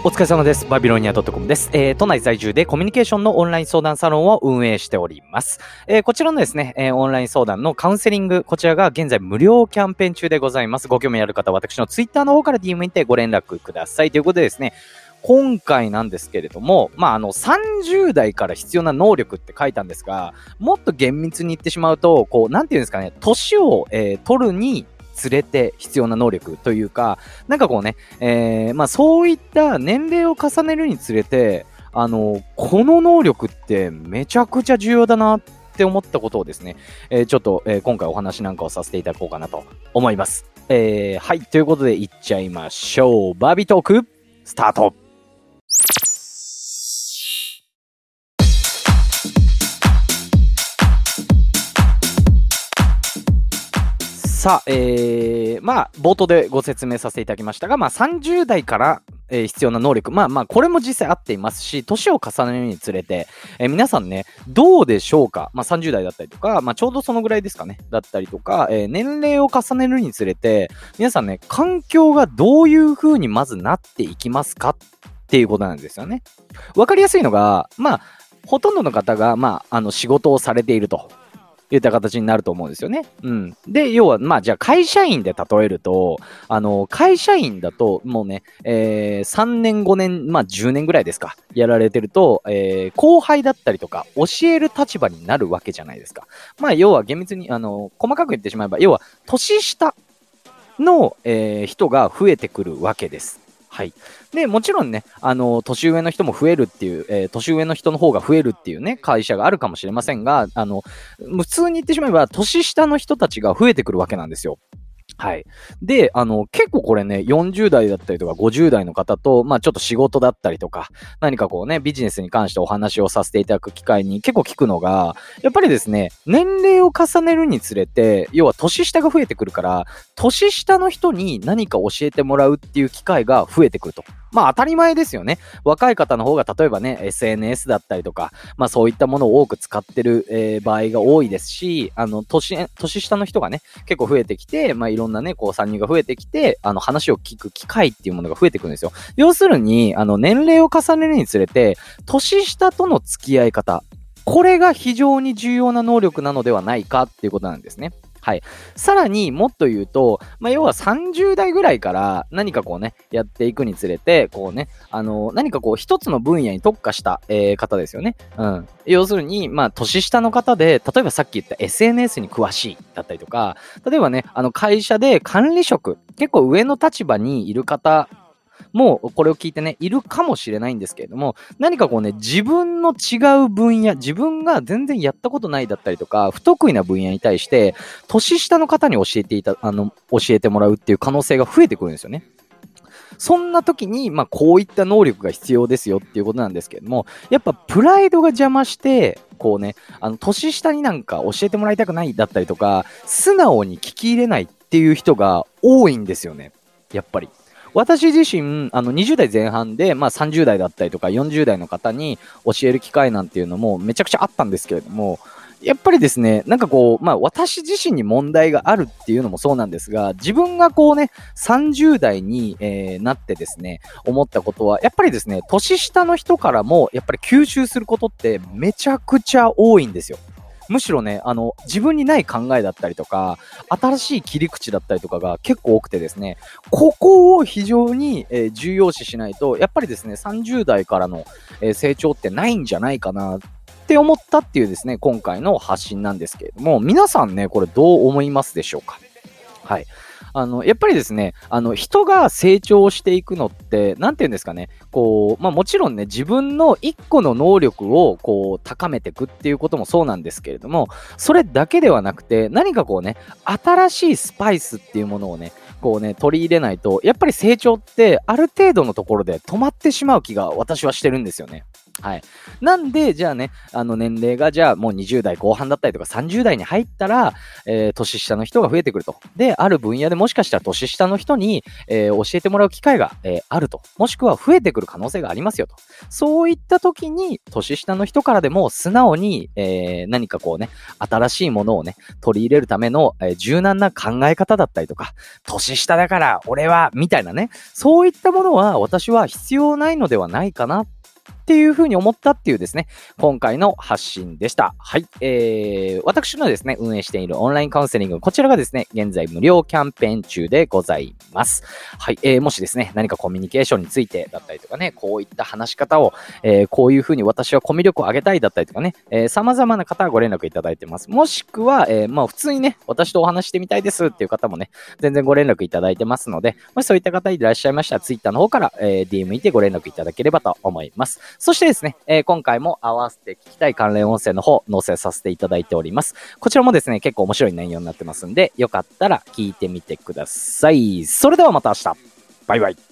お疲れ様です。バビロニア .com です。都内在住でコミュニケーションのオンライン相談サロンを運営しております。こちらのですね、オンライン相談のカウンセリング、こちらが現在無料キャンペーン中でございます。ご興味ある方は私のツイッターの方から DM にてご連絡ください。ということでですね、今回なんですけれども、30代から必要な能力って書いたんですが、もっと厳密に言ってしまうと、なんていうんですかね、年を、取るにつれて必要な能力というか、そういった年齢を重ねるにつれて、この能力ってめちゃくちゃ重要だなって思ったことをですね、今回お話なんかをさせていただこうかなと思います。はい、ということでいっちゃいましょう。バービートーク、スタート。さあ、冒頭でご説明させていただきましたが、30代から、必要な能力、これも実際あっていますし、年を重ねるにつれて、皆さんね、どうでしょうか。30代だったりとか、ちょうどそのぐらいですかね、だったりとか、年齢を重ねるにつれて、皆さんね、環境がどういう風にまずなっていきますかっていうことなんですよね。わかりやすいのが、ほとんどの方が、仕事をされていると。いった形になると思うんですよね。で、要は、じゃあ会社員で例えると、会社員だと、もうね、3年、5年、10年ぐらいですか、やられてると、後輩だったりとか、教える立場になるわけじゃないですか。要は厳密に、細かく言ってしまえば、要は、年下の、人が増えてくるわけです。はい。で、もちろんね、年上の人も増えるっていう、年上の人の方が増えるっていうね、会社があるかもしれませんが、普通に言ってしまえば、年下の人たちが増えてくるわけなんですよ。はい。で、結構これね、40代だったりとか50代の方と、ちょっと仕事だったりとか、何かビジネスに関してお話をさせていただく機会に結構聞くのが、やっぱりですね、年齢を重ねるにつれて、要は年下が増えてくるから、年下の人に何か教えてもらうっていう機会が増えてくると。当たり前ですよね。若い方の方が例えばね、SNS だったりとか、そういったものを多く使ってる、場合が多いですし、年下の人がね、結構増えてきて、いろんなね、参入が増えてきて、話を聞く機会っていうものが増えてくるんですよ。要するに、年齢を重ねるにつれて、年下との付き合い方、これが非常に重要な能力なのではないかっていうことなんですね。はい。さらにもっと言うと、要は30代ぐらいから何かやっていくにつれて、何か一つの分野に特化した、方ですよね。要するに、年下の方で、例えばさっき言った SNS に詳しいだったりとか、例えばね、会社で管理職、結構上の立場にいる方、もうこれを聞いてね、いるかもしれないんですけれども、何か自分の違う分野、自分が全然やったことないだったりとか、不得意な分野に対して、年下の方に教えてもらうっていう可能性が増えてくるんですよね。そんな時に、こういった能力が必要ですよっていうことなんですけれども、やっぱプライドが邪魔して、年下になんか教えてもらいたくないだったりとか、素直に聞き入れないっていう人が多いんですよね。やっぱり。私自身、20代前半で、30代だったりとか40代の方に教える機会なんていうのもめちゃくちゃあったんですけれども、やっぱりですね、私自身に問題があるっていうのもそうなんですが、自分が30代に、なってですね、思ったことは、やっぱりですね、年下の人からも、やっぱり吸収することってめちゃくちゃ多いんですよ。むしろね、自分にない考えだったりとか、新しい切り口だったりとかが結構多くてですね、ここを非常に、重要視しないと、やっぱりですね、30代からの、成長ってないんじゃないかなって思ったっていうですね、今回の発信なんですけれども、皆さんね、これどう思いますでしょうか？はい。やっぱりですね、人が成長していくのって、なんて言うんですかね、もちろんね、自分の一個の能力を、高めていくっていうこともそうなんですけれども、それだけではなくて、何か新しいスパイスっていうものをね、取り入れないと、やっぱり成長って、ある程度のところで止まってしまう気が私はしてるんですよね。 はい。なんで、じゃあね、年齢がじゃあもう20代後半だったりとか30代に入ったら、年下の人が増えてくると。で、ある分野でもしかしたら年下の人に、教えてもらう機会が、あると。もしくは増えてくる可能性がありますよと。そういった時に、年下の人からでも素直に、何かこうね、新しいものをね、取り入れるための、柔軟な考え方だったりとか、年下だから俺は、みたいなね、そういったものは私は必要ないのではないかなっていうふうに思ったっていうですね、今回の発信でした。はい。私のですね、運営しているオンラインカウンセリング、こちらがですね、現在無料キャンペーン中でございます。はい。もしですね、何かコミュニケーションについてだったりとかね、こういった話し方を、こういうふうに私はコミュ力を上げたいだったりとかね、様々な方はご連絡いただいてます。もしくは、まあ普通にね、私とお話してみたいですっていう方もね、全然ご連絡いただいてますので、もしそういった方いらっしゃいましたら、Twitter の方から、DM にてご連絡いただければと思います。そしてですね、今回も合わせて聞きたい関連音声の方、載せさせていただいております。こちらもですね、結構面白い内容になってますんで、よかったら聞いてみてください。それではまた明日。バイバイ。